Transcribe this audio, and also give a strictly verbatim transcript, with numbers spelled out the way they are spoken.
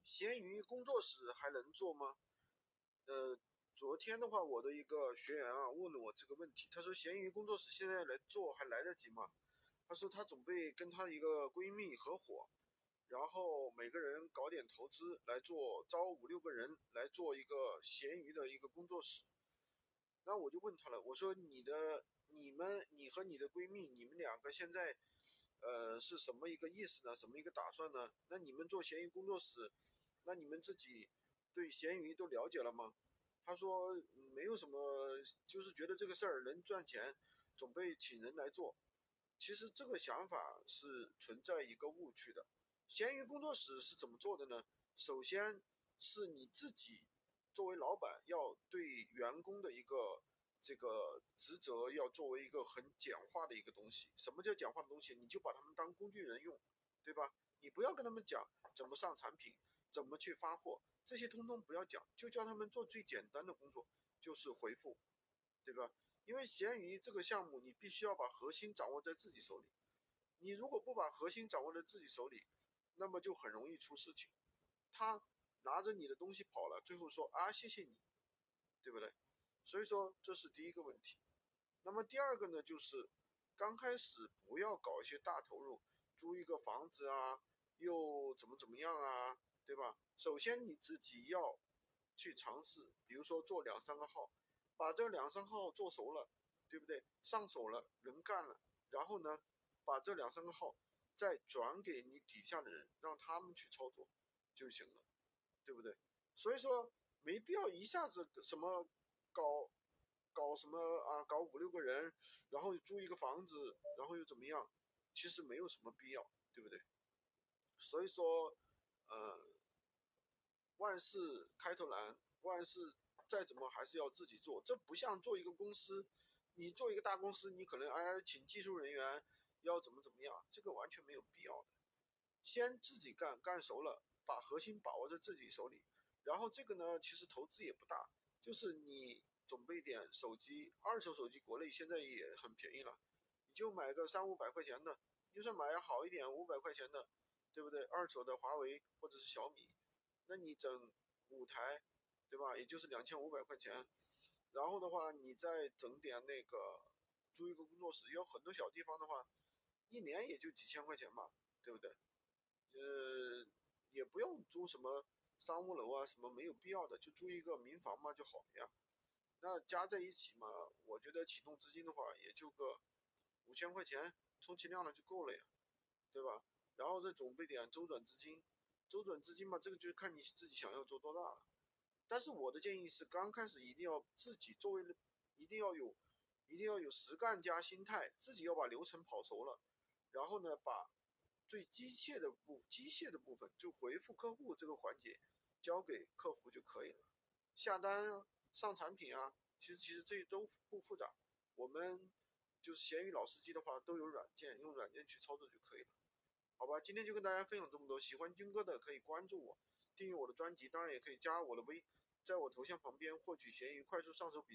闲鱼工作室还能做吗？呃，昨天的话，我的一个学员啊问了我这个问题，他说闲鱼工作室现在来做还来得及吗？他说他准备跟他一个闺蜜合伙，然后每个人搞点投资来做，招五六个人来做一个闲鱼的一个工作室。那我就问他了，我说你的、你们、你和你的闺蜜，你们两个现在呃是什么一个意思呢？什么一个打算呢？那你们做闲鱼工作室，那你们自己对闲鱼都了解了吗？他说嗯没有什么，就是觉得这个事儿能赚钱，准备请人来做。其实这个想法是存在一个误区的。闲鱼工作室是怎么做的呢？首先是你自己作为老板要对员工的一个这个职责要作为一个很简化的一个东西。什么叫简化的东西？你就把他们当工具人用，对吧？你不要跟他们讲怎么上产品，怎么去发货，这些通通不要讲，就叫他们做最简单的工作，就是回复，对吧？因为闲鱼这个项目，你必须要把核心掌握在自己手里。你如果不把核心掌握在自己手里，那么就很容易出事情。他拿着你的东西跑了，最后说啊谢谢你，对不对？所以说这是第一个问题。那么第二个呢，就是刚开始不要搞一些大投入，租一个房子啊，又怎么怎么样啊，对吧？首先你自己要去尝试，比如说做两三个号，把这两三个号做熟了，对不对？上手了，人干了，然后呢，把这两三个号再转给你底下的人，让他们去操作就行了，对不对？所以说没必要一下子什么搞搞什么啊，搞五六个人，然后租一个房子，然后又怎么样？其实没有什么必要，对不对？所以说，呃，万事开头难，万事再怎么还是要自己做。这不像做一个公司，你做一个大公司，你可能哎请技术人员要怎么怎么样，这个完全没有必要的。先自己干，干熟了，把核心把握在自己手里。然后这个呢，其实投资也不大，就是你准备点手机，二手手机国内现在也很便宜了，你就买个三五百块钱的，就算买好一点五百块钱的，对不对？二手的华为或者是小米，那你整五台，对吧？也就是两千五百块钱。然后的话，你再整点那个租一个工作室，有很多小地方的话，一年也就几千块钱嘛，对不对？呃，也不用租什么商务楼啊，什么没有必要的，就租一个民房嘛就好了呀。那加在一起嘛，我觉得启动资金的话，也就个五千块钱，充其量的就够了呀，对吧？然后再准备点周转资金，周转资金嘛，这个就是看你自己想要做多大了。但是我的建议是，刚开始一定要自己作为，一定要有，一定要有实干家心态，自己要把流程跑熟了，然后呢，把最机械的部机械的部分，就回复客户这个环节，交给客服就可以了。下单啊，上产品啊，其实其实这些都不复杂。我们就是闲鱼老司机的话，都有软件，用软件去操作就可以了。好吧，今天就跟大家分享这么多。喜欢军哥的可以关注我，订阅我的专辑，当然也可以加我的微，在我头像旁边获取闲鱼快速上手笔。